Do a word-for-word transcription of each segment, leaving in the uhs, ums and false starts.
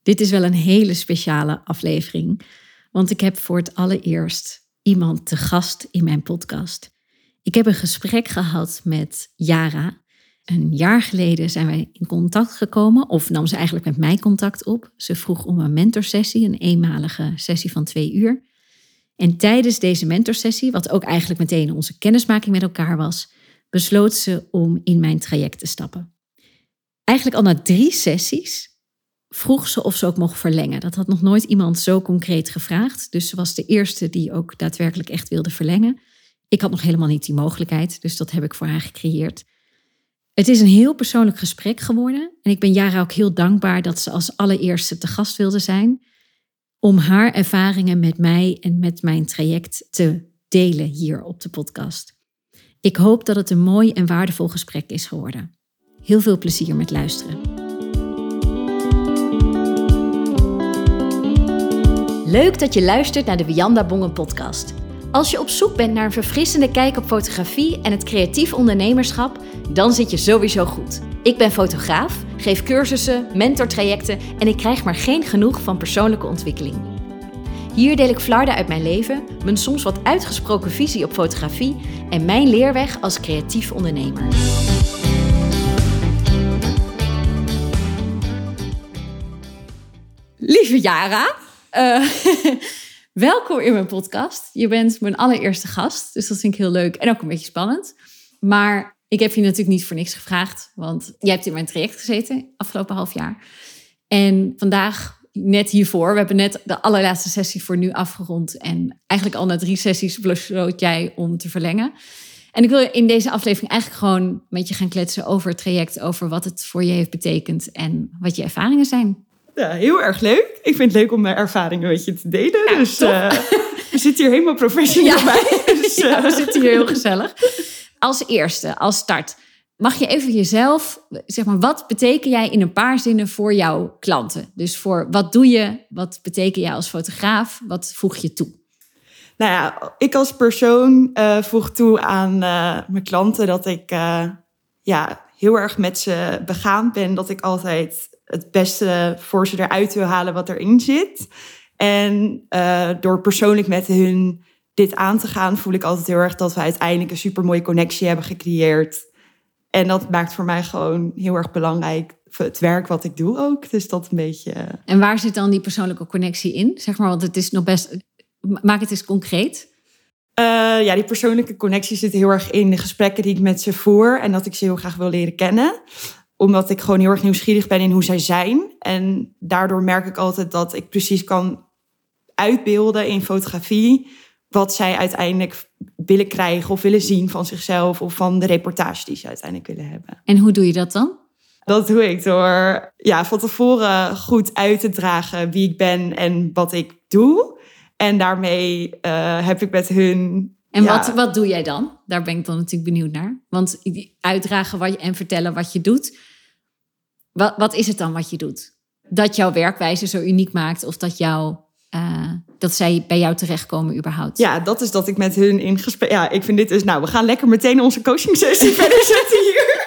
Dit is wel een hele speciale aflevering, want ik heb voor het allereerst iemand te gast in mijn podcast. Ik heb een gesprek gehad met Yara. Een jaar geleden zijn wij in contact gekomen, of nam ze eigenlijk met mij contact op. Ze vroeg om een mentorsessie, een eenmalige sessie van twee uur. En tijdens deze mentorsessie, wat ook eigenlijk meteen onze kennismaking met elkaar was, besloot ze om in mijn traject te stappen. Eigenlijk al na drie sessies vroeg ze of ze ook mocht verlengen. Dat had nog nooit iemand zo concreet gevraagd. Dus ze was de eerste die ook daadwerkelijk echt wilde verlengen. Ik had nog helemaal niet die mogelijkheid, dus dat heb ik voor haar gecreëerd. Het is een heel persoonlijk gesprek geworden. En ik ben Yara ook heel dankbaar dat ze als allereerste te gast wilde zijn, om haar ervaringen met mij en met mijn traject te delen hier op de podcast. Ik hoop dat het een mooi en waardevol gesprek is geworden. Heel veel plezier met luisteren. Leuk dat je luistert naar de Wianda Bongen podcast. Als je op zoek bent naar een verfrissende kijk op fotografie en het creatief ondernemerschap, dan zit je sowieso goed. Ik ben fotograaf, geef cursussen, mentortrajecten en ik krijg maar geen genoeg van persoonlijke ontwikkeling. Hier deel ik flarden uit mijn leven, mijn soms wat uitgesproken visie op fotografie en mijn leerweg als creatief ondernemer. Lieve Yara, uh, welkom in mijn podcast. Je bent mijn allereerste gast, dus dat vind ik heel leuk en ook een beetje spannend. Maar ik heb je natuurlijk niet voor niks gevraagd, want jij hebt in mijn traject gezeten afgelopen half jaar. En vandaag, net hiervoor, we hebben net de allerlaatste sessie voor nu afgerond. En eigenlijk al na drie sessies besloot jij om te verlengen. En ik wil in deze aflevering eigenlijk gewoon met je gaan kletsen over het traject, over wat het voor je heeft betekend en wat je ervaringen zijn. Ja, heel erg leuk. Ik vind het leuk om mijn ervaringen met je te delen. Ja, dus uh, we zitten hier helemaal professioneel ja. bij. Dus, uh... ja, we zitten hier heel gezellig. Als eerste, als start, mag je even jezelf, zeg maar, wat beteken jij in een paar zinnen voor jouw klanten? Dus voor wat doe je, wat beteken jij als fotograaf, wat voeg je toe? Nou ja, ik als persoon uh, voeg toe aan uh, mijn klanten dat ik uh, ja, heel erg met ze begaan ben. Dat ik altijd het beste voor ze eruit wil halen wat erin zit. En uh, door persoonlijk met hun dit aan te gaan, voel ik altijd heel erg dat we uiteindelijk een supermooie connectie hebben gecreëerd. En dat maakt voor mij gewoon heel erg belangrijk het werk wat ik doe ook. Dus dat een beetje. En waar zit dan die persoonlijke connectie in? Zeg maar, want het is nog best. Maak het eens concreet. Uh, ja, die persoonlijke connectie zit heel erg in de gesprekken die ik met ze voer. En dat ik ze heel graag wil leren kennen. Omdat ik gewoon heel erg nieuwsgierig ben in hoe zij zijn. En daardoor merk ik altijd dat ik precies kan uitbeelden in fotografie wat zij uiteindelijk willen krijgen of willen zien van zichzelf of van de reportage die ze uiteindelijk willen hebben. En hoe doe je dat dan? Dat doe ik door ja, van tevoren goed uit te dragen wie ik ben en wat ik doe. En daarmee uh, heb ik met hun. En ja, wat, wat doe jij dan? Daar ben ik dan natuurlijk benieuwd naar. Want uitdragen wat je, en vertellen wat je doet. Wat, wat is het dan wat je doet? Dat jouw werkwijze zo uniek maakt of dat jou... Uh, dat zij bij jou terechtkomen überhaupt. Ja, dat is dat ik met hun in gesprek... Ja, ik vind dit dus... Nou, we gaan lekker meteen onze coaching sessie verder zetten hier.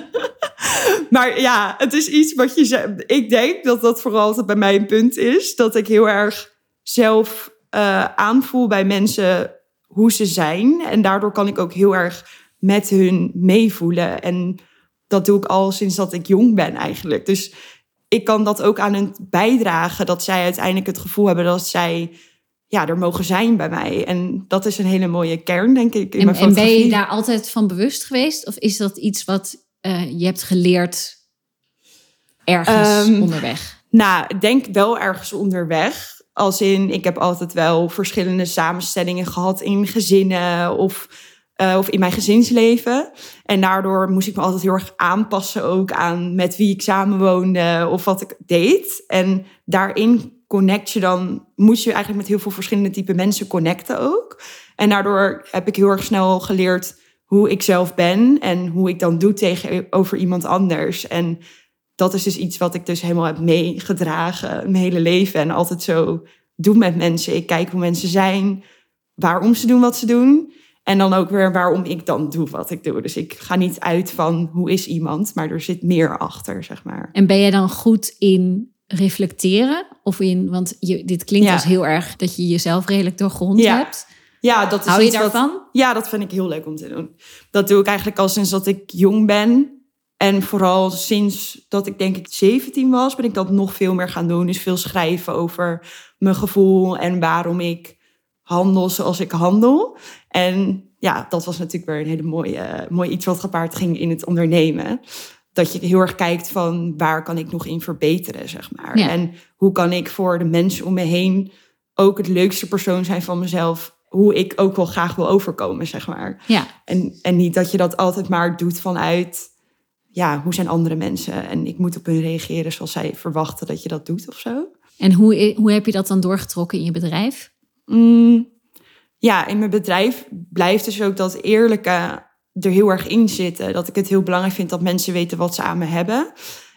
Maar ja, het is iets wat je zegt. Ik denk dat dat vooral altijd bij mij een punt is. Dat ik heel erg zelf uh, aanvoel bij mensen hoe ze zijn. En daardoor kan ik ook heel erg met hun meevoelen. En dat doe ik al sinds dat ik jong ben eigenlijk. Dus ik kan dat ook aan hen bijdragen. Dat zij uiteindelijk het gevoel hebben dat zij ja, er mogen zijn bij mij. En dat is een hele mooie kern, denk ik, in en, mijn fotografie. En ben je daar altijd van bewust geweest? Of is dat iets wat uh, je hebt geleerd ergens um, onderweg? Nou, ik denk wel ergens onderweg. Als in, ik heb altijd wel verschillende samenstellingen gehad in gezinnen of, uh, of in mijn gezinsleven. En daardoor moest ik me altijd heel erg aanpassen ook aan met wie ik samenwoonde of wat ik deed. En daarin connect je dan, moet je eigenlijk met heel veel verschillende type mensen connecten ook. En daardoor heb ik heel erg snel geleerd hoe ik zelf ben en hoe ik dan doe tegenover iemand anders. En dat is dus iets wat ik dus helemaal heb meegedragen mijn hele leven. En altijd zo doe met mensen. Ik kijk hoe mensen zijn, waarom ze doen wat ze doen. En dan ook weer waarom ik dan doe wat ik doe. Dus ik ga niet uit van hoe is iemand, maar er zit meer achter, zeg maar. En ben je dan goed in reflecteren? Of in, want je, dit klinkt Ja. als heel erg dat je jezelf redelijk doorgrond Ja. hebt. Ja, dat is Hou je iets wat- daarvan? ja, dat vind ik heel leuk om te doen. Dat doe ik eigenlijk al sinds dat ik jong ben. En vooral sinds dat ik denk ik zeventien was, ben ik dat nog veel meer gaan doen. Dus veel schrijven over mijn gevoel en waarom ik handel zoals ik handel. En ja, dat was natuurlijk weer een hele mooie, mooi iets wat gepaard ging in het ondernemen. Dat je heel erg kijkt van waar kan ik nog in verbeteren, zeg maar. Ja. En hoe kan ik voor de mensen om me heen ook het leukste persoon zijn van mezelf, hoe ik ook wel graag wil overkomen, zeg maar. Ja. En, en niet dat je dat altijd maar doet vanuit, ja, hoe zijn andere mensen? En ik moet op hun reageren zoals zij verwachten dat je dat doet of zo. En hoe, hoe heb je dat dan doorgetrokken in je bedrijf? Mm, ja, in mijn bedrijf blijft dus ook dat eerlijke er heel erg in zitten. Dat ik het heel belangrijk vind dat mensen weten wat ze aan me hebben.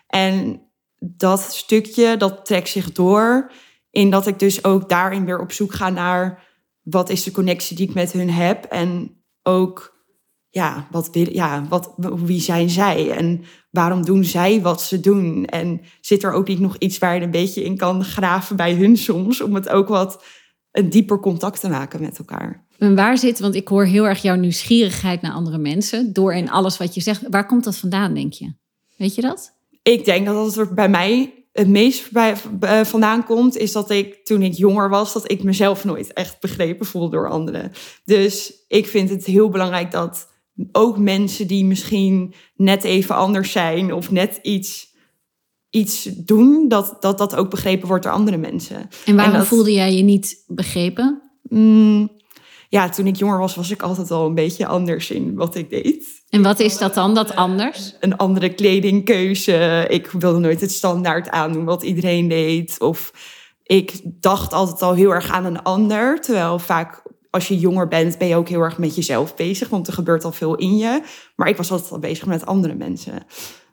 En dat stukje, dat trekt zich door in dat ik dus ook daarin weer op zoek ga naar wat is de connectie die ik met hun heb. En ook, ja, wat, wil- ja wat, wie zijn zij? En waarom doen zij wat ze doen? En zit er ook niet nog iets waar je een beetje in kan graven bij hun soms, om het ook wat een dieper contact te maken met elkaar? En waar zit, want ik hoor heel erg jouw nieuwsgierigheid naar andere mensen, door in alles wat je zegt. Waar komt dat vandaan, denk je? Weet je dat? Ik denk dat het er bij mij het meest bij, uh, vandaan komt, is dat ik toen ik jonger was, dat ik mezelf nooit echt begrepen voelde door anderen. Dus ik vind het heel belangrijk dat ook mensen die misschien net even anders zijn of net iets, iets doen, dat, dat dat ook begrepen wordt door andere mensen. En waarom En dat- voelde jij je niet begrepen? Mm, ja, toen ik jonger was, was ik altijd al een beetje anders in wat ik deed. En wat is dat dan, dat anders? Een andere kledingkeuze. Ik wilde nooit het standaard aandoen wat iedereen deed. Of ik dacht altijd al heel erg aan een ander. Terwijl vaak als je jonger bent, ben je ook heel erg met jezelf bezig. Want er gebeurt al veel in je. Maar ik was altijd al bezig met andere mensen.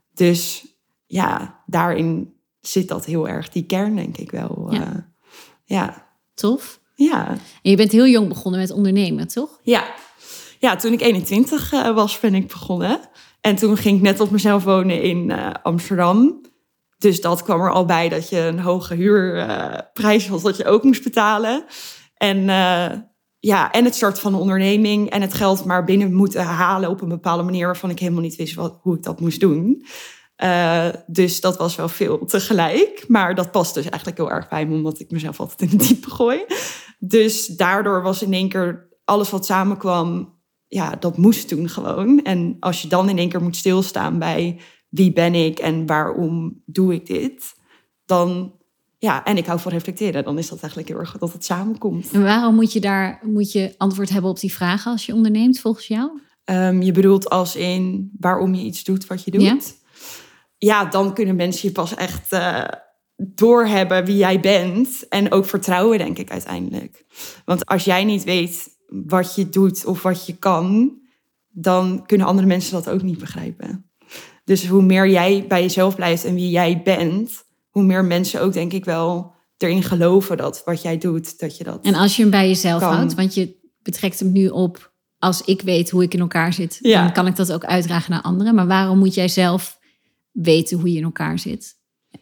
Dus ja, daarin zit dat heel erg, die kern denk ik wel. Ja. Ja, ja. Tof. ja. En je bent heel jong begonnen met ondernemen, toch? Ja. Ja, toen ik eenentwintig uh, was, ben ik begonnen. En toen ging ik net op mezelf wonen in uh, Amsterdam. Dus dat kwam er al bij dat je een hoge huurprijs uh, was dat je ook moest betalen. En, uh, ja, en het starten van een onderneming en het geld maar binnen moeten halen op een bepaalde manier waarvan ik helemaal niet wist wat, hoe ik dat moest doen. Uh, dus dat was wel veel tegelijk. Maar dat past dus eigenlijk heel erg bij me, omdat ik mezelf altijd in het diepe gooi. Dus daardoor was in één keer alles wat samenkwam, ja, dat moest toen gewoon. En als je dan in één keer moet stilstaan bij wie ben ik en waarom doe ik dit, dan, ja, en ik hou van reflecteren, dan is dat eigenlijk heel erg dat het samenkomt. En waarom moet je daar moet je antwoord hebben op die vragen als je onderneemt, volgens jou? Um, je bedoelt als in waarom je iets doet wat je doet? Ja, ja dan kunnen mensen je pas echt uh, doorhebben wie jij bent en ook vertrouwen, denk ik, uiteindelijk. Want als jij niet weet wat je doet of wat je kan, dan kunnen andere mensen dat ook niet begrijpen. Dus hoe meer jij bij jezelf blijft en wie jij bent, hoe meer mensen ook, denk ik wel, erin geloven dat wat jij doet, dat je dat En als je hem bij jezelf kan. houdt, want je betrekt hem nu op, als ik weet hoe ik in elkaar zit, Ja. dan kan ik dat ook uitdragen naar anderen. Maar waarom moet jij zelf weten hoe je in elkaar zit?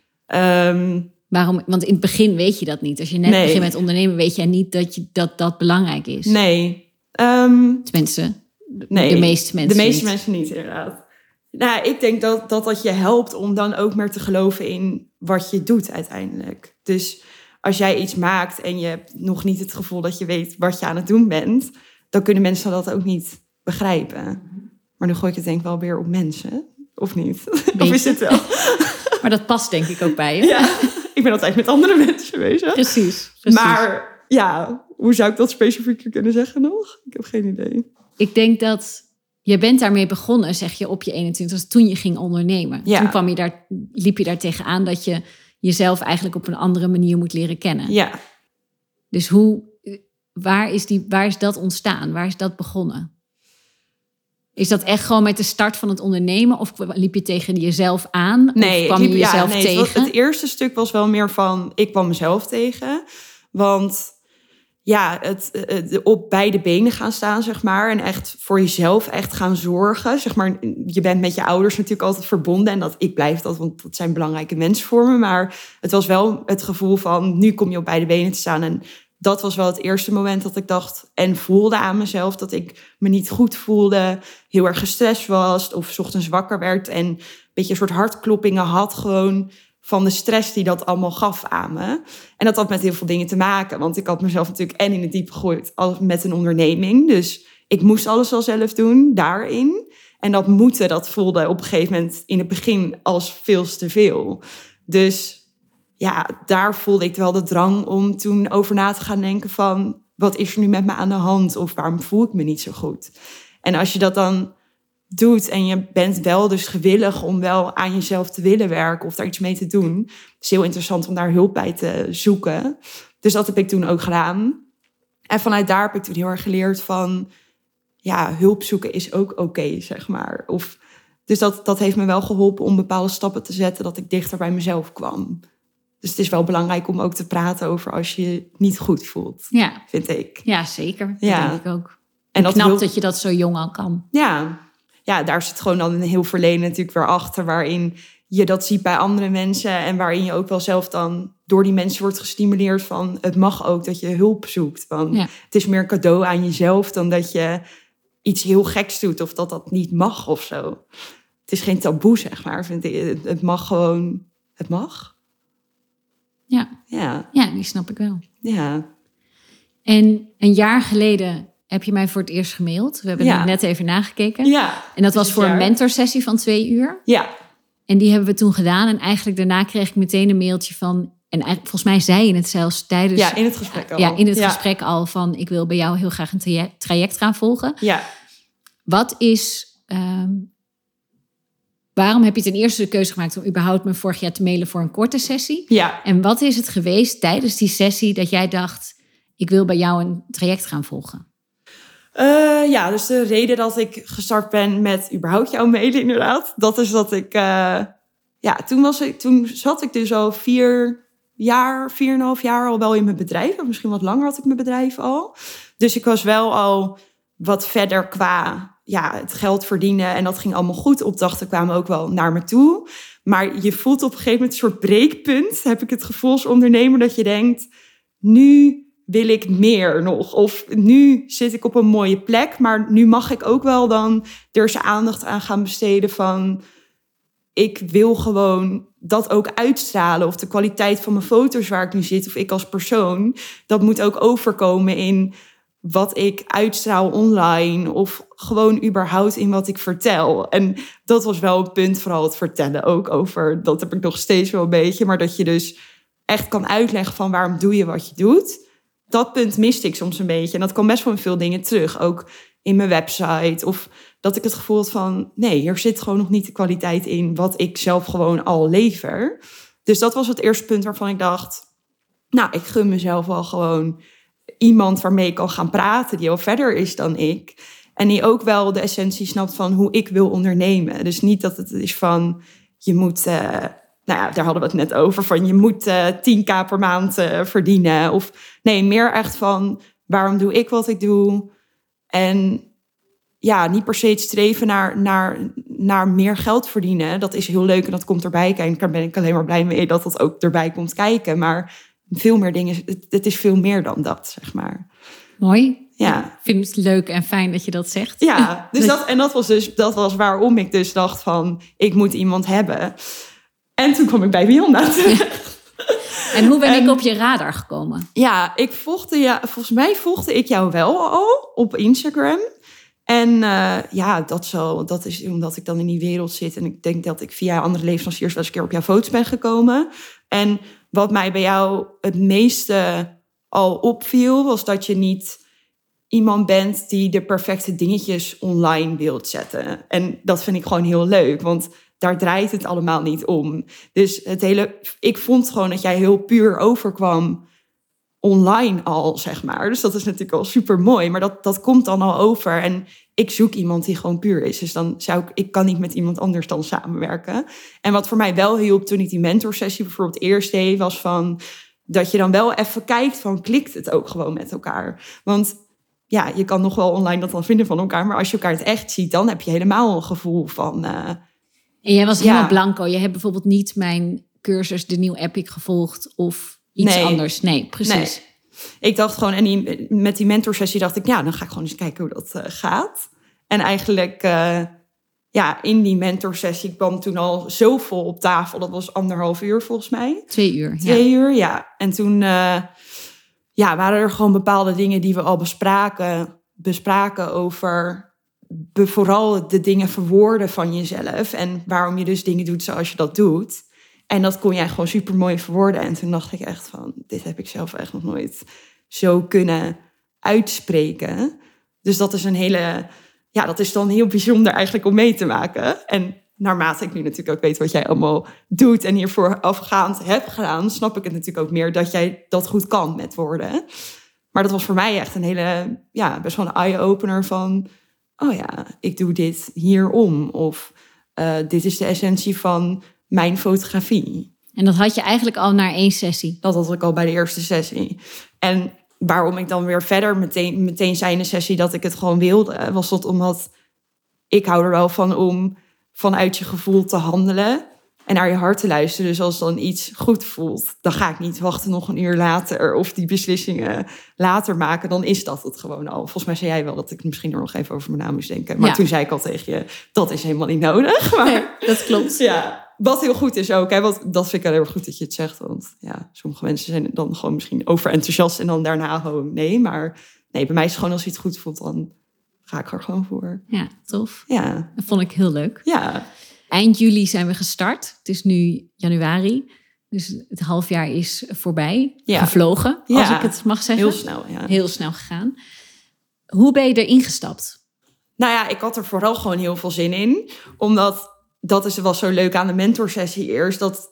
Um, Waarom? Want in het begin weet je dat niet. Als je net Nee. begint met ondernemen, weet jij niet dat je, dat, dat belangrijk is. nee. Um, Tenminste, nee. de meeste mensen De meeste niet. mensen niet, inderdaad. Nou, ik denk dat, dat dat je helpt om dan ook meer te geloven in wat je doet uiteindelijk. Dus als jij iets maakt en je hebt nog niet het gevoel dat je weet wat je aan het doen bent, dan kunnen mensen dat ook niet begrijpen. Maar nu gooi ik het denk ik wel weer op mensen, of niet? Of is het wel? Maar dat past denk ik ook bij je. Ja, ik ben altijd met andere mensen bezig. Precies, precies. Maar ja, hoe zou ik dat specifieker kunnen zeggen nog? Ik heb geen idee. Ik denk dat je bent daarmee begonnen, zeg je, op je eenentwintigste, toen je ging ondernemen. Ja. Toen kwam je daar, liep je daar tegenaan dat je jezelf eigenlijk op een andere manier moet leren kennen. Ja. Dus hoe, waar is, die, waar is dat ontstaan? Waar is dat begonnen? Is dat echt gewoon met de start van het ondernemen? Of liep je tegen jezelf aan? Nee, of kwam ik liep, je jezelf ja, nee, het was- tegen? Het eerste stuk was wel meer van, ik kwam mezelf tegen. Want ja, het, het op beide benen gaan staan, zeg maar. En echt voor jezelf echt gaan zorgen. Zeg maar, je bent met je ouders natuurlijk altijd verbonden. En dat, ik blijf dat, want dat zijn belangrijke mensen voor me. Maar het was wel het gevoel van, nu kom je op beide benen te staan. En dat was wel het eerste moment dat ik dacht en voelde aan mezelf. Dat ik me niet goed voelde, heel erg gestrest was. Of 's ochtends wakker werd en een beetje een soort hartkloppingen had gewoon van de stress die dat allemaal gaf aan me. En dat had met heel veel dingen te maken. Want ik had mezelf natuurlijk en in het diep gegooid met een onderneming. Dus ik moest alles al zelf doen, daarin. En dat moeten, dat voelde op een gegeven moment in het begin als veel te veel. Dus ja, daar voelde ik wel de drang om toen over na te gaan denken van, wat is er nu met me aan de hand? Of waarom voel ik me niet zo goed? En als je dat dan doet en je bent wel dus gewillig om wel aan jezelf te willen werken of daar iets mee te doen. Het is heel interessant om daar hulp bij te zoeken. Dus dat heb ik toen ook gedaan. En vanuit daar heb ik toen heel erg geleerd van, ja, hulp zoeken is ook oké, okay, zeg maar. Of, dus dat, dat heeft me wel geholpen om bepaalde stappen te zetten dat ik dichter bij mezelf kwam. Dus het is wel belangrijk om ook te praten over als je je niet goed voelt, ja. vind ik. Ja, zeker. Dat ja. denk ik ook. En dat knap hulp... dat je dat zo jong al kan. Ja, ja, daar zit gewoon dan een heel verleden natuurlijk weer achter, waarin je dat ziet bij andere mensen en waarin je ook wel zelf dan door die mensen wordt gestimuleerd van, het mag ook dat je hulp zoekt. Want ja. het is meer een cadeau aan jezelf dan dat je iets heel geks doet of dat dat niet mag of zo. Het is geen taboe, zeg maar. Vind ik. Het mag gewoon, het mag. Ja. Ja. ja, die snap ik wel. Ja. En een jaar geleden heb je mij voor het eerst gemaild. We hebben ja. net even nagekeken. Ja. En dat was voor jaar. een mentorsessie van twee uur. Ja. En die hebben we toen gedaan. En eigenlijk daarna kreeg ik meteen een mailtje van, en eigenlijk, volgens mij zei je het zelfs tijdens... Ja, in het gesprek al. Ja, in het ja. gesprek al van, ik wil bij jou heel graag een traject, traject gaan volgen. Ja. Wat is... Um, waarom heb je ten eerste de keuze gemaakt om überhaupt me vorig jaar te mailen voor een korte sessie? Ja. En wat is het geweest tijdens die sessie dat jij dacht, ik wil bij jou een traject gaan volgen? Uh, ja, dus de reden dat ik gestart ben met überhaupt jou mailen inderdaad, dat is dat ik... Uh, ja, toen, was ik, toen zat ik dus al vier jaar, vier en een half jaar al wel in mijn bedrijf. Of misschien wat langer had ik mijn bedrijf al. Dus ik was wel al wat verder qua ja, het geld verdienen. En dat ging allemaal goed. Opdrachten kwamen ook wel naar me toe. Maar je voelt op een gegeven moment een soort breekpunt. Heb ik het gevoel als ondernemer dat je denkt, nu wil ik meer nog. Of nu zit ik op een mooie plek. Maar nu mag ik ook wel dan er eens aandacht aan gaan besteden van, ik wil gewoon dat ook uitstralen. Of de kwaliteit van mijn foto's waar ik nu zit, of ik als persoon, dat moet ook overkomen in wat ik uitstraal online. Of gewoon überhaupt in wat ik vertel. En dat was wel een punt, vooral het vertellen ook over. Dat heb ik nog steeds wel een beetje. Maar dat je dus echt kan uitleggen van, waarom doe je wat je doet. Dat punt miste ik soms een beetje. En dat kwam best wel in veel dingen terug. Ook in mijn website. Of dat ik het gevoel had van, nee, hier zit gewoon nog niet de kwaliteit in wat ik zelf gewoon al lever. Dus dat was het eerste punt waarvan ik dacht, nou, ik gun mezelf wel gewoon iemand waarmee ik kan gaan praten, die al verder is dan ik. En die ook wel de essentie snapt van hoe ik wil ondernemen. Dus niet dat het is van, je moet, uh, nou ja, daar hadden we het net over, van je moet uh, tien k per maand uh, verdienen. Of nee, meer echt van, waarom doe ik wat ik doe? En ja, niet per se het streven naar, naar, naar meer geld verdienen. Dat is heel leuk en dat komt erbij kijken. Daar ben ik alleen maar blij mee dat dat ook erbij komt kijken. Maar veel meer dingen, het, het is veel meer dan dat, zeg maar. Mooi. Ja. Ik vind het leuk en fijn dat je dat zegt. Ja, dus dat, en dat was dus dat was waarom ik dus dacht van, ik moet iemand hebben. En toen kwam ik bij Wilna terecht. En hoe ben en, ik op je radar gekomen? Ja, ik volgde ja, volgens mij volgde ik jou wel al op Instagram. En uh, ja, dat, zo, dat is omdat ik dan in die wereld zit. En ik denk dat ik via andere leveranciers wel eens een keer op jouw foto's ben gekomen. En wat mij bij jou het meeste al opviel, was dat je niet iemand bent die de perfecte dingetjes online wilt zetten. En dat vind ik gewoon heel leuk, want daar draait het allemaal niet om. Dus het hele, ik vond gewoon dat jij heel puur overkwam online al, zeg maar. Dus dat is natuurlijk al super mooi, maar dat, dat komt dan al over. En ik zoek iemand die gewoon puur is. Dus dan zou ik, ik kan niet met iemand anders dan samenwerken. En wat voor mij wel hielp toen ik die mentorsessie bijvoorbeeld eerst deed, was van, dat je dan wel even kijkt van, klikt het ook gewoon met elkaar? Want ja, je kan nog wel online dat dan vinden van elkaar, maar als je elkaar het echt ziet, dan heb je helemaal een gevoel van... Uh, en jij was helemaal ja. blanco. Je hebt bijvoorbeeld niet mijn cursus De Nieuw Epic gevolgd of iets nee. anders. Nee, precies. Nee. Ik dacht gewoon, en die, met die mentorsessie dacht ik, ja, dan ga ik gewoon eens kijken hoe dat uh, gaat. En eigenlijk, uh, ja, in die mentorsessie kwam toen al zoveel op tafel. Dat was anderhalf uur volgens mij. Twee uur, Twee ja. uur, ja. En toen uh, ja, waren er gewoon bepaalde dingen die we al bespraken, bespraken over... Be, vooral de dingen verwoorden van jezelf. En waarom je dus dingen doet zoals je dat doet. En dat kon jij gewoon super mooi verwoorden. En toen dacht ik echt van, dit heb ik zelf echt nog nooit zo kunnen uitspreken. Dus dat is een hele, ja, dat is dan heel bijzonder eigenlijk om mee te maken. En naarmate ik nu natuurlijk ook weet wat jij allemaal doet en hiervoor afgaand heb gedaan, snap ik het natuurlijk ook meer dat jij dat goed kan met woorden. Maar dat was voor mij echt een hele, ja, best wel een eye-opener van, oh ja, ik doe dit hierom. Of uh, dit is de essentie van mijn fotografie. En dat had je eigenlijk al na één sessie? Dat had ik al bij de eerste sessie. En waarom ik dan weer verder meteen, meteen zei in de sessie dat ik het gewoon wilde, was dat omdat ik hou er wel van om vanuit je gevoel te handelen en naar je hart te luisteren. Dus als dan iets goed voelt, dan ga ik niet wachten nog een uur later of die beslissingen later maken. Dan is dat het gewoon al. Volgens mij zei jij wel dat ik misschien er nog even over mijn naam moest denken. Maar ja. Toen zei ik al tegen je, dat is helemaal niet nodig. Maar, nee, dat klopt. Ja, wat heel goed is ook. Hè, want dat vind ik heel erg goed dat je het zegt. Want ja, sommige mensen zijn dan gewoon misschien overenthousiast en dan daarna gewoon nee. Maar nee, bij mij is het gewoon als je het goed voelt, dan ga ik er gewoon voor. Ja, tof. Ja. Dat vond ik heel leuk. Ja. Eind juli zijn we gestart. Het is nu januari. Dus het halfjaar is voorbij. Ja. Gevlogen, ja. als ik het mag zeggen. Heel snel, ja. Heel snel gegaan. Hoe ben je erin gestapt? Nou ja, ik had er vooral gewoon heel veel zin in. Omdat, dat is, was zo leuk aan de mentorsessie eerst, dat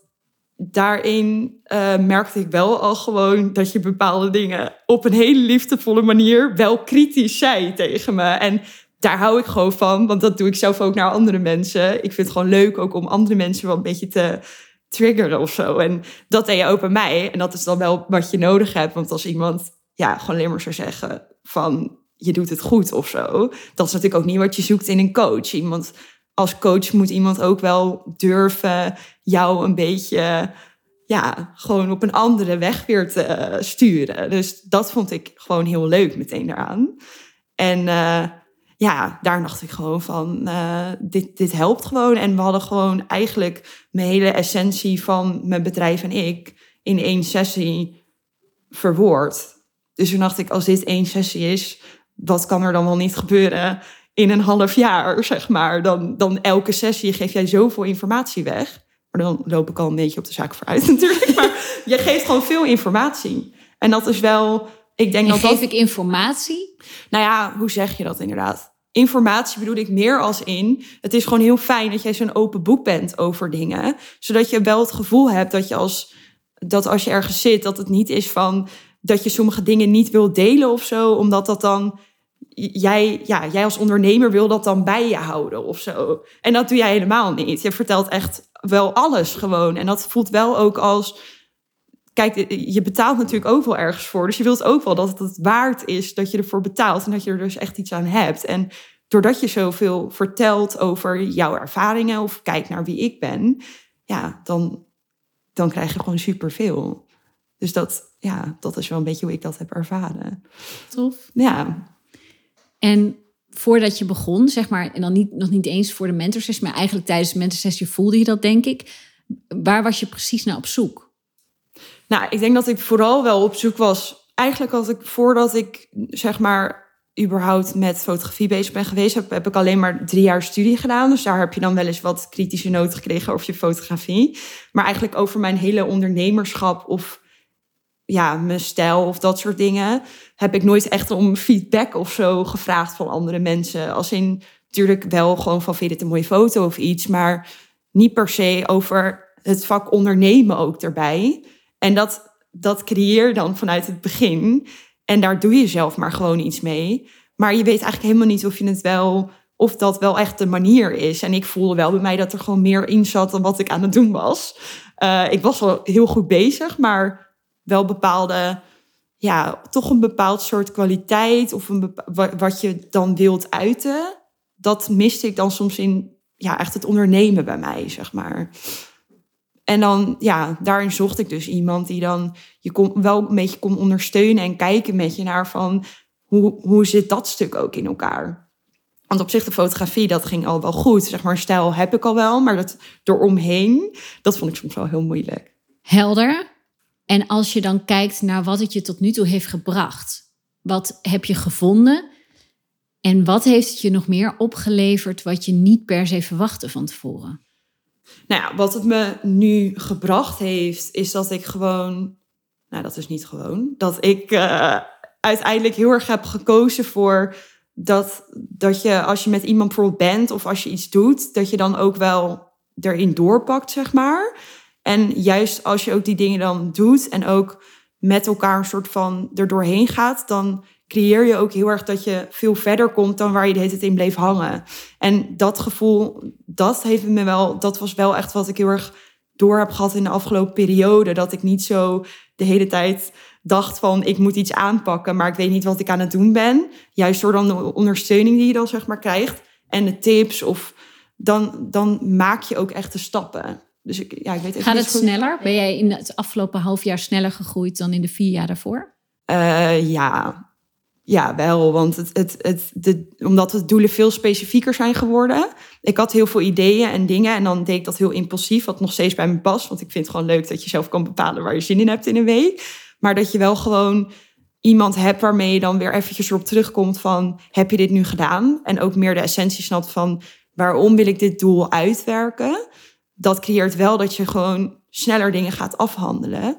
daarin uh, merkte ik wel al gewoon dat je bepaalde dingen op een hele liefdevolle manier wel kritisch zei tegen me. En daar hou ik gewoon van, want dat doe ik zelf ook naar andere mensen. Ik vind het gewoon leuk ook om andere mensen wel een beetje te triggeren of zo. En dat deed je ook bij mij. En dat is dan wel wat je nodig hebt. Want als iemand ja, gewoon alleen maar zou zeggen van je doet het goed of zo, dat is natuurlijk ook niet wat je zoekt in een coach. Iemand, als coach moet iemand ook wel durven jou een beetje, ja, gewoon op een andere weg weer te sturen. Dus dat vond ik gewoon heel leuk meteen daaraan. En uh, ja, daar dacht ik gewoon van, uh, dit, dit helpt gewoon. En we hadden gewoon eigenlijk mijn hele essentie van mijn bedrijf en ik in één sessie verwoord. Dus toen dacht ik, als dit één sessie is, wat kan er dan wel niet gebeuren in een half jaar, zeg maar. Dan, dan elke sessie geef jij zoveel informatie weg. Maar dan loop ik al een beetje op de zaak vooruit natuurlijk. Maar je geeft gewoon veel informatie. En dat is wel, ik denk en dat geef dat... ik informatie? Nou ja, hoe zeg je dat inderdaad? Informatie bedoel ik meer als in, het is gewoon heel fijn dat jij zo'n open boek bent over dingen. Zodat je wel het gevoel hebt dat je als, dat als je ergens zit, dat het niet is van dat je sommige dingen niet wil delen of zo, omdat dat dan, jij, ja, jij als ondernemer wil dat dan bij je houden of zo. En dat doe jij helemaal niet. Je vertelt echt wel alles gewoon. En dat voelt wel ook als, kijk, je betaalt natuurlijk ook wel ergens voor. Dus je wilt ook wel dat het waard is dat je ervoor betaalt en dat je er dus echt iets aan hebt. En doordat je zoveel vertelt over jouw ervaringen of kijkt naar wie ik ben, ja, dan, dan krijg je gewoon superveel. Dus dat, ja, dat is wel een beetje hoe ik dat heb ervaren. Tof. Ja. En voordat je begon, zeg maar, en dan niet, nog niet eens voor de mentorsessie, maar eigenlijk tijdens de mentorsessie voelde je dat, denk ik. Waar was je precies naar op zoek? Nou, ik denk dat ik vooral wel op zoek was. Eigenlijk had ik, voordat ik, zeg maar, überhaupt met fotografie bezig ben geweest, heb, heb ik alleen maar drie jaar studie gedaan. Dus daar heb je dan wel eens wat kritische noten gekregen over je fotografie. Maar eigenlijk over mijn hele ondernemerschap of ja, mijn stijl of dat soort dingen, heb ik nooit echt om feedback of zo gevraagd van andere mensen. Als in, natuurlijk wel gewoon van, vind je dit een mooie foto of iets, maar niet per se over het vak ondernemen ook erbij. En dat, dat creëer je dan vanuit het begin. En daar doe je zelf maar gewoon iets mee. Maar je weet eigenlijk helemaal niet of je het wel, of dat wel echt de manier is. En ik voelde wel bij mij dat er gewoon meer in zat dan wat ik aan het doen was. Uh, ik was wel heel goed bezig, maar wel bepaalde, ja, toch een bepaald soort kwaliteit of een bepa- wat je dan wilt uiten. Dat miste ik dan soms in, ja, echt het ondernemen bij mij, zeg maar. En dan, ja, daarin zocht ik dus iemand die dan je kon, wel een beetje kon ondersteunen en kijken met je naar van hoe, hoe zit dat stuk ook in elkaar. Want op zich de fotografie, dat ging al wel goed. Zeg maar, stijl heb ik al wel, maar dat eromheen, dat vond ik soms wel heel moeilijk. Helder. En als je dan kijkt naar wat het je tot nu toe heeft gebracht, wat heb je gevonden en wat heeft het je nog meer opgeleverd wat je niet per se verwachtte van tevoren? Nou ja, wat het me nu gebracht heeft, is dat ik gewoon, nou dat is niet gewoon, dat ik uh, uiteindelijk heel erg heb gekozen voor dat, dat je als je met iemand bijvoorbeeld bent of als je iets doet, dat je dan ook wel erin doorpakt, zeg maar. En juist als je ook die dingen dan doet en ook met elkaar een soort van er doorheen gaat, dan creëer je ook heel erg dat je veel verder komt dan waar je de hele tijd in bleef hangen. En dat gevoel, dat heeft me wel, dat was wel echt wat ik heel erg door heb gehad in de afgelopen periode. Dat ik niet zo de hele tijd dacht van ik moet iets aanpakken, maar ik weet niet wat ik aan het doen ben. Juist door dan de ondersteuning die je dan zeg maar krijgt en de tips, of dan, dan maak je ook echt de stappen. Dus ik, ja, ik weet even Gaat niet het goed. sneller? Ben jij in het afgelopen half jaar sneller gegroeid dan in de vier jaar daarvoor? Uh, ja. ja, wel. Want het, het, het, de, omdat de doelen veel specifieker zijn geworden. Ik had heel veel ideeën en dingen. En dan deed ik dat heel impulsief, wat nog steeds bij me past. Want ik vind het gewoon leuk dat je zelf kan bepalen waar je zin in hebt in een week. Maar dat je wel gewoon iemand hebt waarmee je dan weer eventjes erop terugkomt van, heb je dit nu gedaan? En ook meer de essentie snapt van, waarom wil ik dit doel uitwerken? Dat creëert wel dat je gewoon sneller dingen gaat afhandelen.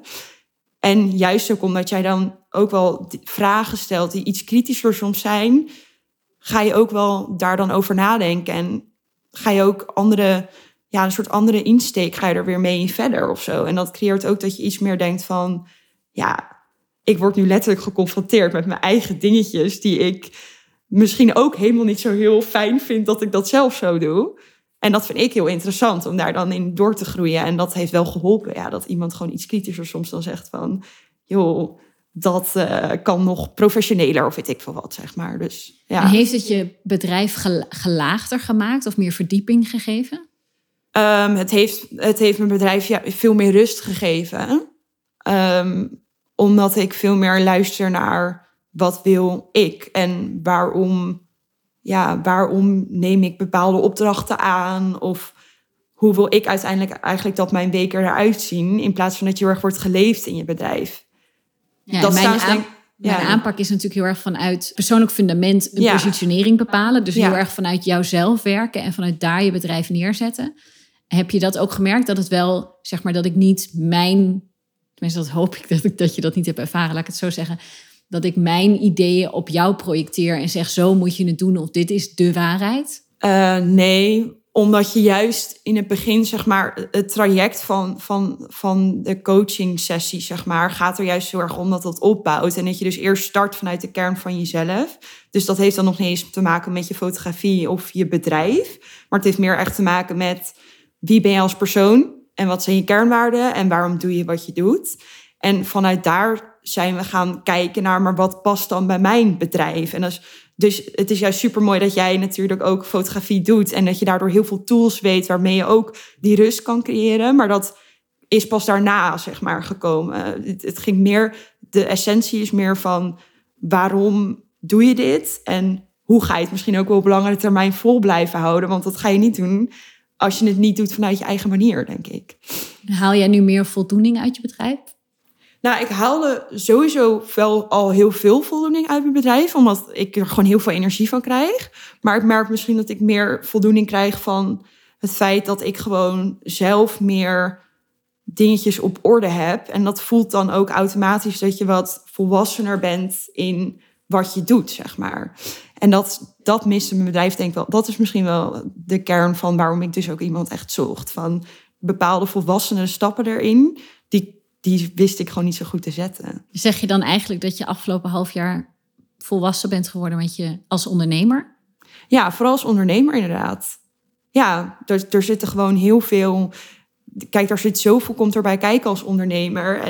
En juist ook omdat jij dan ook wel vragen stelt die iets kritischer soms zijn, ga je ook wel daar dan over nadenken. En ga je ook andere, ja, een soort andere insteek, ga je er weer mee in verder of zo. En dat creëert ook dat je iets meer denkt van, ja, ik word nu letterlijk geconfronteerd met mijn eigen dingetjes die ik misschien ook helemaal niet zo heel fijn vind dat ik dat zelf zo doe. En dat vind ik heel interessant om daar dan in door te groeien. En dat heeft wel geholpen. Ja, dat iemand gewoon iets kritischer soms dan zegt van, joh, dat uh, kan nog professioneler of weet ik veel wat, zeg maar. Dus, ja. En heeft het je bedrijf gel- gelaagder gemaakt of meer verdieping gegeven? Um, het, heeft, het heeft mijn bedrijf ja, veel meer rust gegeven. Um, omdat ik veel meer luister naar wat wil ik en waarom, ja, waarom neem ik bepaalde opdrachten aan of hoe wil ik uiteindelijk eigenlijk dat mijn weken eruit zien in plaats van dat je heel erg wordt geleefd in je bedrijf. Ja, dat mijn, staan, aan, denk, ja. mijn aanpak is natuurlijk heel erg vanuit persoonlijk fundament een ja. positionering bepalen. Dus ja. heel erg vanuit jouzelf werken en vanuit daar je bedrijf neerzetten. Heb je dat ook gemerkt dat het wel, zeg maar, dat ik niet mijn, tenminste dat hoop ik dat, ik dat je dat niet hebt ervaren, laat ik het zo zeggen, dat ik mijn ideeën op jou projecteer en zeg zo moet je het doen of dit is de waarheid? Uh, nee, omdat je juist in het begin, zeg maar, het traject van, van, van de coaching sessie, zeg maar, gaat er juist heel erg om dat dat opbouwt. En dat je dus eerst start vanuit de kern van jezelf. Dus dat heeft dan nog niet eens te maken met je fotografie of je bedrijf. Maar het heeft meer echt te maken met wie ben je als persoon en wat zijn je kernwaarden en waarom doe je wat je doet. En vanuit daar zijn we gaan kijken naar, maar wat past dan bij mijn bedrijf? En dat is, dus het is juist super mooi dat jij natuurlijk ook fotografie doet en dat je daardoor heel veel tools weet waarmee je ook die rust kan creëren. Maar dat is pas daarna, zeg maar, gekomen. Het, het ging meer, de essentie is meer van waarom doe je dit? En hoe ga je het misschien ook wel op langere termijn vol blijven houden? Want dat ga je niet doen als je het niet doet vanuit je eigen manier, denk ik. Haal jij nu meer voldoening uit je bedrijf? Nou, ik haalde sowieso wel al heel veel voldoening uit mijn bedrijf, omdat ik er gewoon heel veel energie van krijg. Maar ik merk misschien dat ik meer voldoening krijg van het feit dat ik gewoon zelf meer dingetjes op orde heb. En dat voelt dan ook automatisch dat je wat volwassener bent in wat je doet, zeg maar. En dat, dat miste mijn bedrijf, denk ik wel. Dat is misschien wel de kern van waarom ik dus ook iemand echt zocht. Van bepaalde volwassene stappen erin, die Die wist ik gewoon niet zo goed te zetten. Zeg je dan eigenlijk dat je afgelopen half jaar volwassen bent geworden met je als ondernemer? Ja, vooral als ondernemer inderdaad. Ja, er, er zitten gewoon heel veel. Kijk, daar zit zoveel komt erbij kijken als ondernemer. En,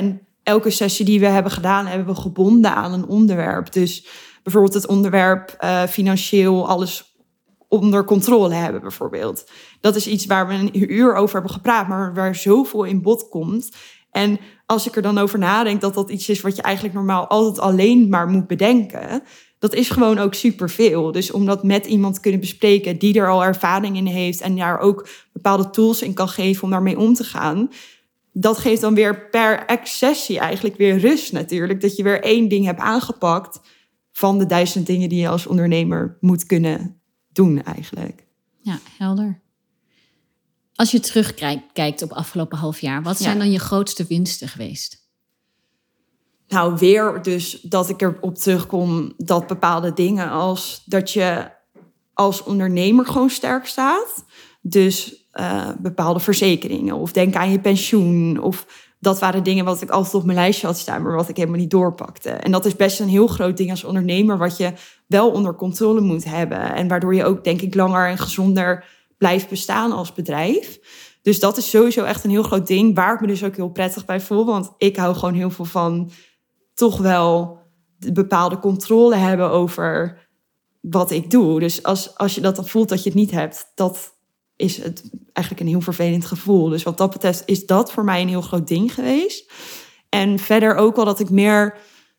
elke sessie die we hebben gedaan, hebben we gebonden aan een onderwerp. Dus bijvoorbeeld het onderwerp uh, financieel alles onder controle hebben bijvoorbeeld. Dat is iets waar we een uur over hebben gepraat, maar waar zoveel in bod komt. En als ik er dan over nadenk dat dat iets is wat je eigenlijk normaal altijd alleen maar moet bedenken, dat is gewoon ook superveel. Dus om dat met iemand te kunnen bespreken die er al ervaring in heeft en daar ook bepaalde tools in kan geven om daarmee om te gaan, dat geeft dan weer per ex-sessie eigenlijk weer rust natuurlijk. Dat je weer één ding hebt aangepakt van de duizend dingen die je als ondernemer moet kunnen doen eigenlijk. Ja, helder. Als je terugkijkt op afgelopen half jaar, wat zijn ja. dan je grootste winsten geweest? Nou, weer dus dat ik erop terugkom dat bepaalde dingen als dat je als ondernemer gewoon sterk staat. Dus uh, bepaalde verzekeringen of denk aan je pensioen. Of dat waren dingen wat ik altijd op mijn lijstje had staan, maar wat ik helemaal niet doorpakte. En dat is best een heel groot ding als ondernemer wat je wel onder controle moet hebben. En waardoor je ook denk ik langer en gezonder blijft bestaan als bedrijf. Dus dat is sowieso echt een heel groot ding waar ik me dus ook heel prettig bij voel. Want ik hou gewoon heel veel van toch wel de bepaalde controle hebben over wat ik doe. Dus als, als je dat dan voelt dat je het niet hebt, dat is het eigenlijk een heel vervelend gevoel. Dus wat dat betreft is dat voor mij een heel groot ding geweest. En verder ook wel dat ik meer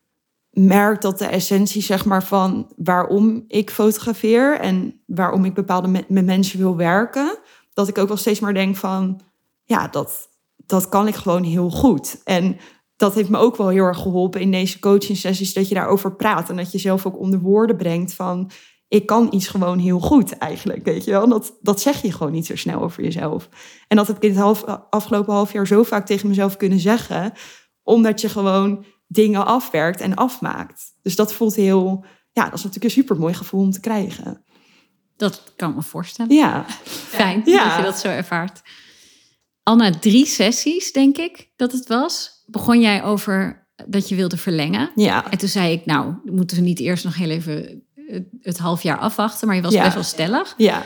merk dat de essentie zeg maar van waarom ik fotografeer en waarom ik bepaalde me- met mensen wil werken, dat ik ook wel steeds maar denk van ja, dat, dat kan ik gewoon heel goed. En dat heeft me ook wel heel erg geholpen in deze coaching sessies, dat je daarover praat en dat je zelf ook onder woorden brengt van ik kan iets gewoon heel goed eigenlijk, weet je wel. Dat, dat zeg je gewoon niet zo snel over jezelf. En dat heb ik in het half, afgelopen half jaar zo vaak tegen mezelf kunnen zeggen, omdat je gewoon dingen afwerkt en afmaakt. Dus dat voelt heel, ja, dat is natuurlijk een supermooi gevoel om te krijgen. Dat kan ik me voorstellen. Ja. Fijn ja. dat je dat zo ervaart. Al na drie sessies, denk ik dat het was, begon jij over dat je wilde verlengen. Ja. En toen zei ik, nou, moeten we niet eerst nog heel even het, het half jaar afwachten, maar je was ja. best wel stellig. Ja.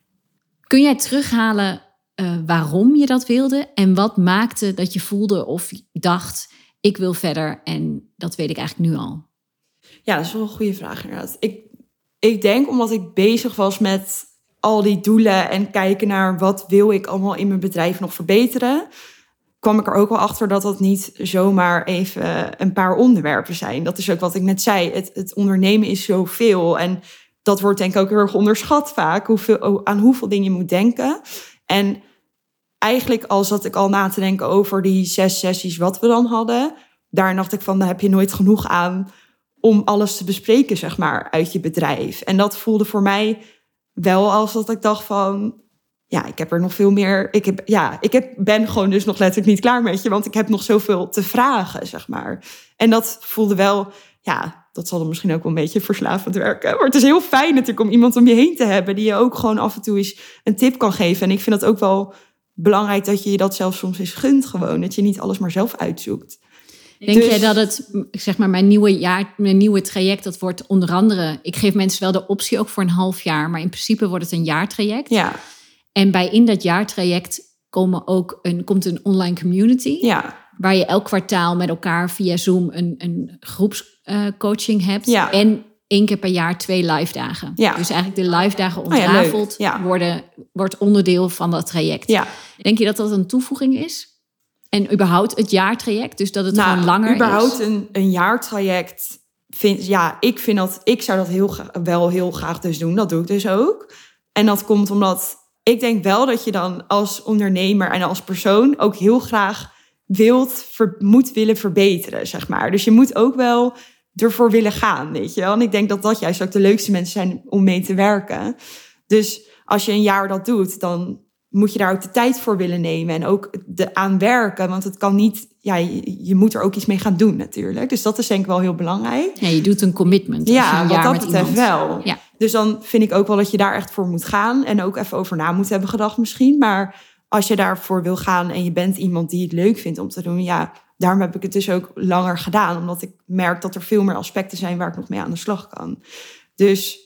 Kun jij terughalen uh, waarom je dat wilde en wat maakte dat je voelde of dacht, ik wil verder en dat weet ik eigenlijk nu al? Ja, dat is wel een goede vraag inderdaad. Ik, ik denk omdat ik bezig was met al die doelen en kijken naar wat wil ik allemaal in mijn bedrijf nog verbeteren, kwam ik er ook wel achter dat dat niet zomaar even een paar onderwerpen zijn. Dat is ook wat ik net zei. Het, het ondernemen is zoveel. En dat wordt denk ik ook heel erg onderschat vaak. Hoeveel, aan hoeveel dingen je moet denken. En eigenlijk al zat ik al na te denken over die zes sessies wat we dan hadden. Daar dacht ik van, daar heb je nooit genoeg aan om alles te bespreken, zeg maar, uit je bedrijf. En dat voelde voor mij wel als dat ik dacht van, ja, ik heb er nog veel meer. Ik heb, ja, ik heb, ben gewoon dus nog letterlijk niet klaar met je, want ik heb nog zoveel te vragen, zeg maar. En dat voelde wel, ja, dat zal dan misschien ook wel een beetje verslavend werken. Maar het is heel fijn natuurlijk om iemand om je heen te hebben die je ook gewoon af en toe eens een tip kan geven. En ik vind dat ook wel belangrijk dat je je dat zelf soms eens gunt gewoon. Dat je niet alles maar zelf uitzoekt. Denk dus, jij dat het, zeg maar, mijn nieuwe jaar, mijn nieuwe traject, dat wordt onder andere, ik geef mensen wel de optie ook voor een half jaar, maar in principe wordt het een jaartraject. Ja. En bij in dat jaartraject komen ook een, komt een online community. Ja. Waar je elk kwartaal met elkaar via Zoom een, een groepscoaching uh, hebt. Ja. En één keer per jaar twee live dagen. Ja. Dus eigenlijk de live dagen ontrafeld oh ja, ja. worden, wordt onderdeel van dat traject. Ja. Denk je dat dat een toevoeging is? En überhaupt het jaartraject, dus dat het nou, gewoon langer überhaupt is? Überhaupt een, een jaartraject, vind, ja, ik vind dat, ik zou dat heel graag, wel heel graag dus doen. Dat doe ik dus ook. En dat komt omdat, ik denk wel dat je dan als ondernemer en als persoon ook heel graag wilt, ver, moet willen verbeteren, zeg maar. Dus je moet ook wel ervoor willen gaan, weet je wel. En ik denk dat dat juist ook de leukste mensen zijn om mee te werken. Dus als je een jaar dat doet, dan moet je daar ook de tijd voor willen nemen en ook de aan werken. Want het kan niet, ja, je, je moet er ook iets mee gaan doen natuurlijk. Dus dat is denk ik wel heel belangrijk. Ja, je doet een commitment. Ja, een wat jaar dat met betreft iemand. wel. Ja. Dus dan vind ik ook wel dat je daar echt voor moet gaan en ook even over na moet hebben gedacht misschien. Maar als je daarvoor wil gaan en je bent iemand die het leuk vindt om te doen, ja, daarom heb ik het dus ook langer gedaan. Omdat ik merk dat er veel meer aspecten zijn waar ik nog mee aan de slag kan. Dus,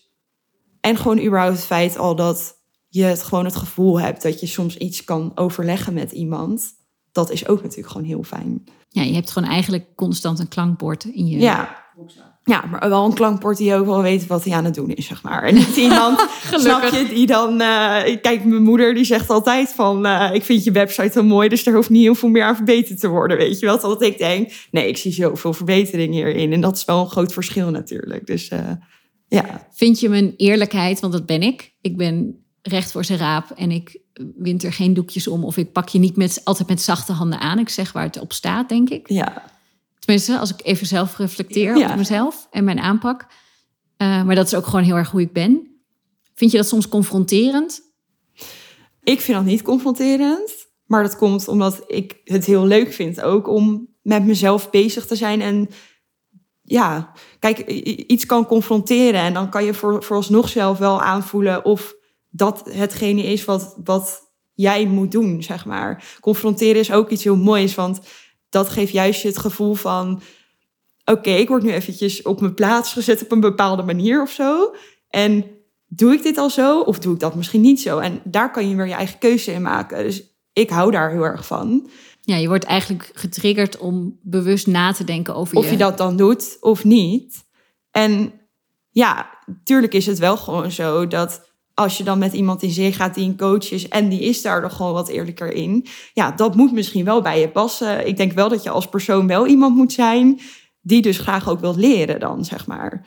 en gewoon überhaupt het feit al dat je het gewoon het gevoel hebt dat je soms iets kan overleggen met iemand. dat is ook natuurlijk gewoon heel fijn. Ja, je hebt gewoon eigenlijk constant een klankbord in je... Ja. Ja, maar wel een klankbord die ook wel weet wat hij aan het doen is, zeg maar. En niet iemand, snap je, die dan... Uh, kijk, mijn moeder die zegt altijd van... Uh, ik vind je website heel mooi, dus er hoeft niet heel veel meer aan verbeterd te worden, weet je wel. Totdat ik denk, nee, ik zie zoveel verbetering hierin. En dat is wel een groot verschil natuurlijk. Dus uh, ja. Vind je mijn eerlijkheid, want dat ben ik. Ik ben recht voor zijn raap en ik wind er geen doekjes om. Of ik pak je niet met, altijd met zachte handen aan. Ik zeg waar het op staat, denk ik. Ja. Tenminste, als ik even zelf reflecteer ja. op mezelf en mijn aanpak. Uh, maar dat is ook gewoon heel erg hoe ik ben. Vind je dat soms confronterend? Ik vind dat niet confronterend. Maar dat komt omdat ik het heel leuk vind ook om met mezelf bezig te zijn. En ja, kijk, iets kan confronteren. En dan kan je voor, vooralsnog zelf wel aanvoelen of dat hetgene is wat, wat jij moet doen, zeg maar. Confronteren is ook iets heel moois, want dat geeft juist je het gevoel van... oké, okay, ik word nu eventjes op mijn plaats gezet op een bepaalde manier of zo. En doe ik dit al zo of doe ik dat misschien niet zo? En daar kan je weer je eigen keuze in maken. Dus ik hou daar heel erg van. Ja, je wordt eigenlijk getriggerd om bewust na te denken over of je... je dat dan doet of niet. En ja, natuurlijk is het wel gewoon zo dat... als je dan met iemand in zee gaat die een coach is... en die is daar er gewoon wat eerlijker in... ja, dat moet misschien wel bij je passen. Ik denk wel dat je als persoon wel iemand moet zijn... die dus graag ook wil leren dan, zeg maar.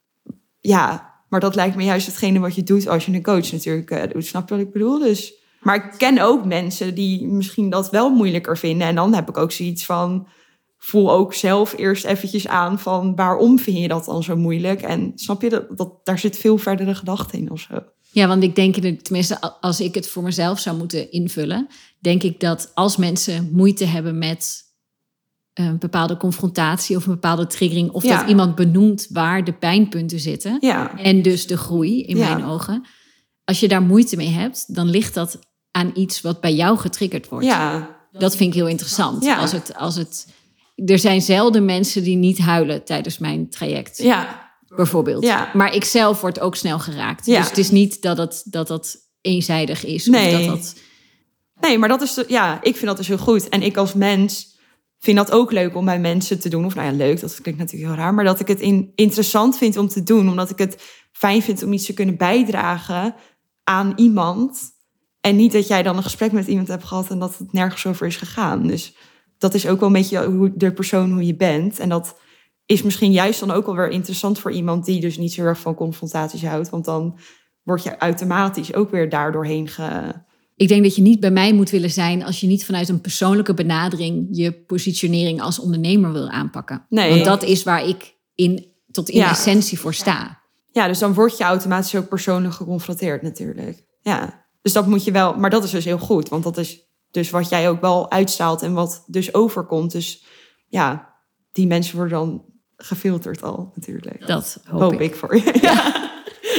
Ja, maar dat lijkt me juist hetgene wat je doet... als je een coach natuurlijk uh, doet. Snap je wat ik bedoel? Dus, maar ik ken ook mensen die misschien dat wel moeilijker vinden... en dan heb ik ook zoiets van... voel ook zelf eerst eventjes aan van... waarom vind je dat dan zo moeilijk? En snap je, dat, dat daar zit veel verdere gedachte in of zo. Ja, want ik denk, tenminste als ik het voor mezelf zou moeten invullen... denk ik dat als mensen moeite hebben met een bepaalde confrontatie... of een bepaalde triggering... of ja. dat iemand benoemt waar de pijnpunten zitten... Ja. en dus de groei in ja. mijn ogen... als je daar moeite mee hebt, dan ligt dat aan iets wat bij jou getriggerd wordt. Ja. Dat vind ik heel interessant. Ja. Als het, als het, er zijn zelden mensen die niet huilen tijdens mijn traject. Ja. Bijvoorbeeld. Ja. Maar ik zelf word ook snel geraakt. Ja. Dus het is niet dat het, dat dat eenzijdig is. Nee. Of dat dat... nee, maar dat is... De, ja, ik vind dat dus heel goed. En ik als mens vind dat ook leuk om bij mensen te doen. Of nou ja, leuk, dat klinkt natuurlijk heel raar. Maar dat ik het in, interessant vind om te doen. Omdat ik het fijn vind om iets te kunnen bijdragen aan iemand. En niet dat jij dan een gesprek met iemand hebt gehad... en dat het nergens over is gegaan. Dus dat is ook wel een beetje hoe de persoon hoe je bent. En dat... is misschien juist dan ook wel weer interessant voor iemand... die dus niet zo erg van confrontaties houdt. Want dan word je automatisch ook weer daardoorheen ge... Ik denk dat je niet bij mij moet willen zijn... als je niet vanuit een persoonlijke benadering... je positionering als ondernemer wil aanpakken. Nee. Want dat is waar ik in, tot in ja. essentie voor sta. Ja, dus dan word je automatisch ook persoonlijk geconfronteerd natuurlijk. Ja, dus dat moet je wel... Maar dat is dus heel goed. Want dat is dus wat jij ook wel uitstraalt... en wat dus overkomt. Dus ja, die mensen worden dan... gefilterd al, natuurlijk. Dat hoop, hoop ik. ik voor je. Ja.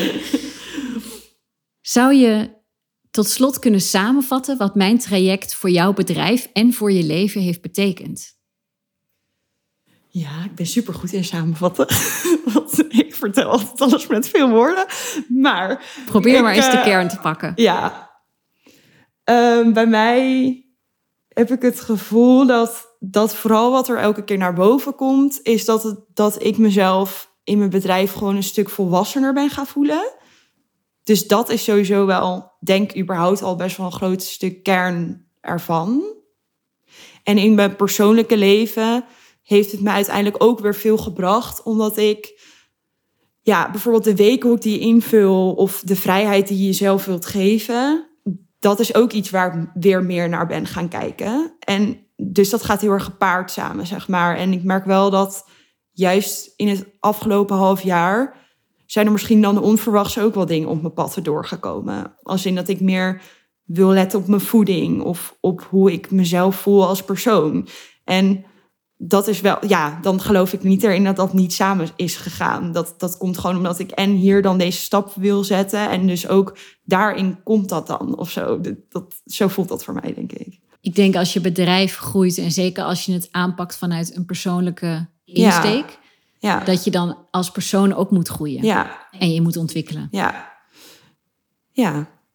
Zou je tot slot kunnen samenvatten... wat mijn traject voor jouw bedrijf en voor je leven heeft betekend? Ja, ik ben supergoed in samenvatten. Want ik vertel altijd alles met veel woorden. Maar... Probeer ik, maar eens uh, de kern te pakken. Ja. Um, bij mij heb ik het gevoel dat... dat vooral wat er elke keer naar boven komt... is dat, het, dat ik mezelf in mijn bedrijf... gewoon een stuk volwassener ben gaan voelen. Dus dat is sowieso wel... denk überhaupt al best wel een groot stuk kern ervan. En in mijn persoonlijke leven... heeft het me uiteindelijk ook weer veel gebracht. Omdat ik... ja, bijvoorbeeld de weekhoek die je invul... of de vrijheid die je jezelf wilt geven... dat is ook iets waar ik weer meer naar ben gaan kijken. En... dus dat gaat heel erg gepaard samen, zeg maar. En ik merk wel dat juist in het afgelopen half jaar... zijn er misschien dan onverwachts ook wel dingen op mijn pad doorgekomen. Als in dat ik meer wil letten op mijn voeding... of op hoe ik mezelf voel als persoon. En dat is wel... ja, dan geloof ik niet erin dat dat niet samen is gegaan. Dat, dat komt gewoon omdat ik en hier dan deze stap wil zetten... en dus ook daarin komt dat dan of zo. Dat, dat, zo voelt dat voor mij, denk ik. Ik denk als je bedrijf groeit en zeker als je het aanpakt vanuit een persoonlijke insteek... Ja. Ja. dat je dan als persoon ook moet groeien. Ja. En je moet ontwikkelen. Ja. Ja.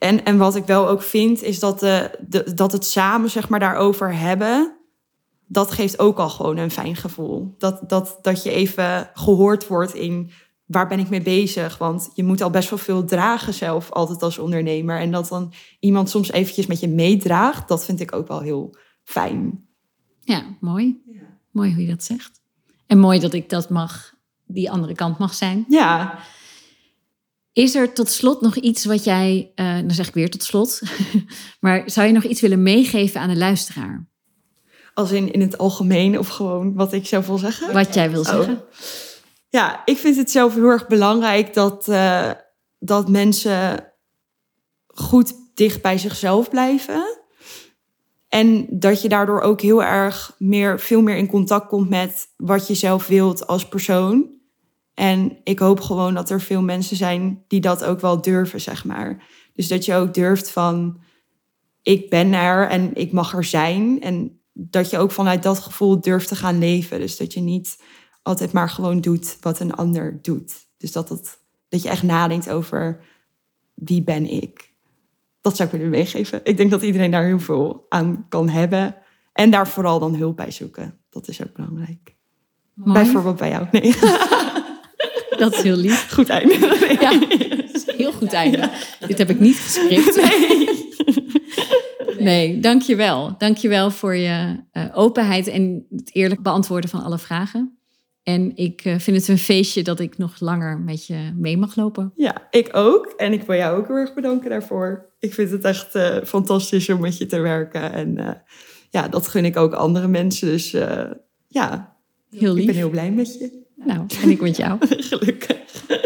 En, en wat ik wel ook vind, is dat, de, de, dat het samen zeg maar, daarover hebben, dat geeft ook al gewoon een fijn gevoel. Dat, dat, dat je even gehoord wordt in waar ben ik mee bezig. Want je moet al best wel veel dragen zelf altijd als ondernemer. En dat dan iemand soms eventjes met je meedraagt, dat vind ik ook wel heel fijn. Ja, mooi. Ja. Mooi hoe je dat zegt. En mooi dat ik dat mag, die andere kant mag zijn. Ja. Is er tot slot nog iets wat jij, uh, dan zeg ik weer tot slot, maar zou je nog iets willen meegeven aan de luisteraar? Als in, in het algemeen of gewoon wat ik zelf wil zeggen? Wat jij wil zeggen. Oh. Ja, ik vind het zelf heel erg belangrijk dat, uh, dat mensen goed dicht bij zichzelf blijven. En dat je daardoor ook heel erg meer, veel meer in contact komt met wat je zelf wilt als persoon. En ik hoop gewoon dat er veel mensen zijn die dat ook wel durven, zeg maar. Dus dat je ook durft van, ik ben er en ik mag er zijn. En dat je ook vanuit dat gevoel durft te gaan leven. Dus dat je niet altijd maar gewoon doet wat een ander doet. Dus dat, het, dat je echt nadenkt over, wie ben ik? Dat zou ik willen meegeven. Ik denk dat iedereen daar heel veel aan kan hebben. En daar vooral dan hulp bij zoeken. Dat is ook belangrijk. Mooi. Bijvoorbeeld bij jou. Nee. Dat is heel lief. Goed einde. Nee. Ja, dat is een heel goed einde. Ja. Dit heb ik niet gescript. Nee. Nee, dank je wel. Dank je wel voor je uh, openheid en het eerlijk beantwoorden van alle vragen. En ik uh, vind het een feestje dat ik nog langer met je mee mag lopen. Ja, ik ook. En ik wil jou ook heel erg bedanken daarvoor. Ik vind het echt uh, fantastisch om met je te werken. En uh, ja, dat gun ik ook andere mensen. Dus uh, ja, heel lief. Ik ben heel blij met je. Nou, en ik met jou. Gelukkig.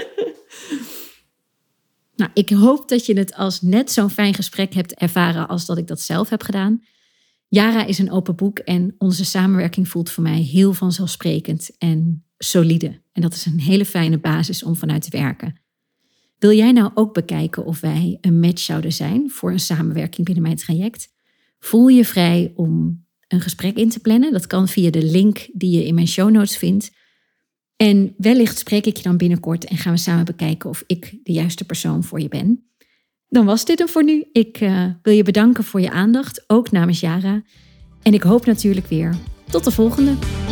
Nou, ik hoop dat je het als net zo'n fijn gesprek hebt ervaren als dat ik dat zelf heb gedaan. Jara is een open boek en onze samenwerking voelt voor mij heel vanzelfsprekend en solide. En dat is een hele fijne basis om vanuit te werken. Wil jij nou ook bekijken of wij een match zouden zijn voor een samenwerking binnen mijn traject? Voel je vrij om een gesprek in te plannen. Dat kan via de link die je in mijn show notes vindt. En wellicht spreek ik je dan binnenkort en gaan we samen bekijken of ik de juiste persoon voor je ben. Dan was dit hem voor nu. Ik uh, wil je bedanken voor je aandacht, ook namens Jara. En ik hoop natuurlijk weer tot de volgende.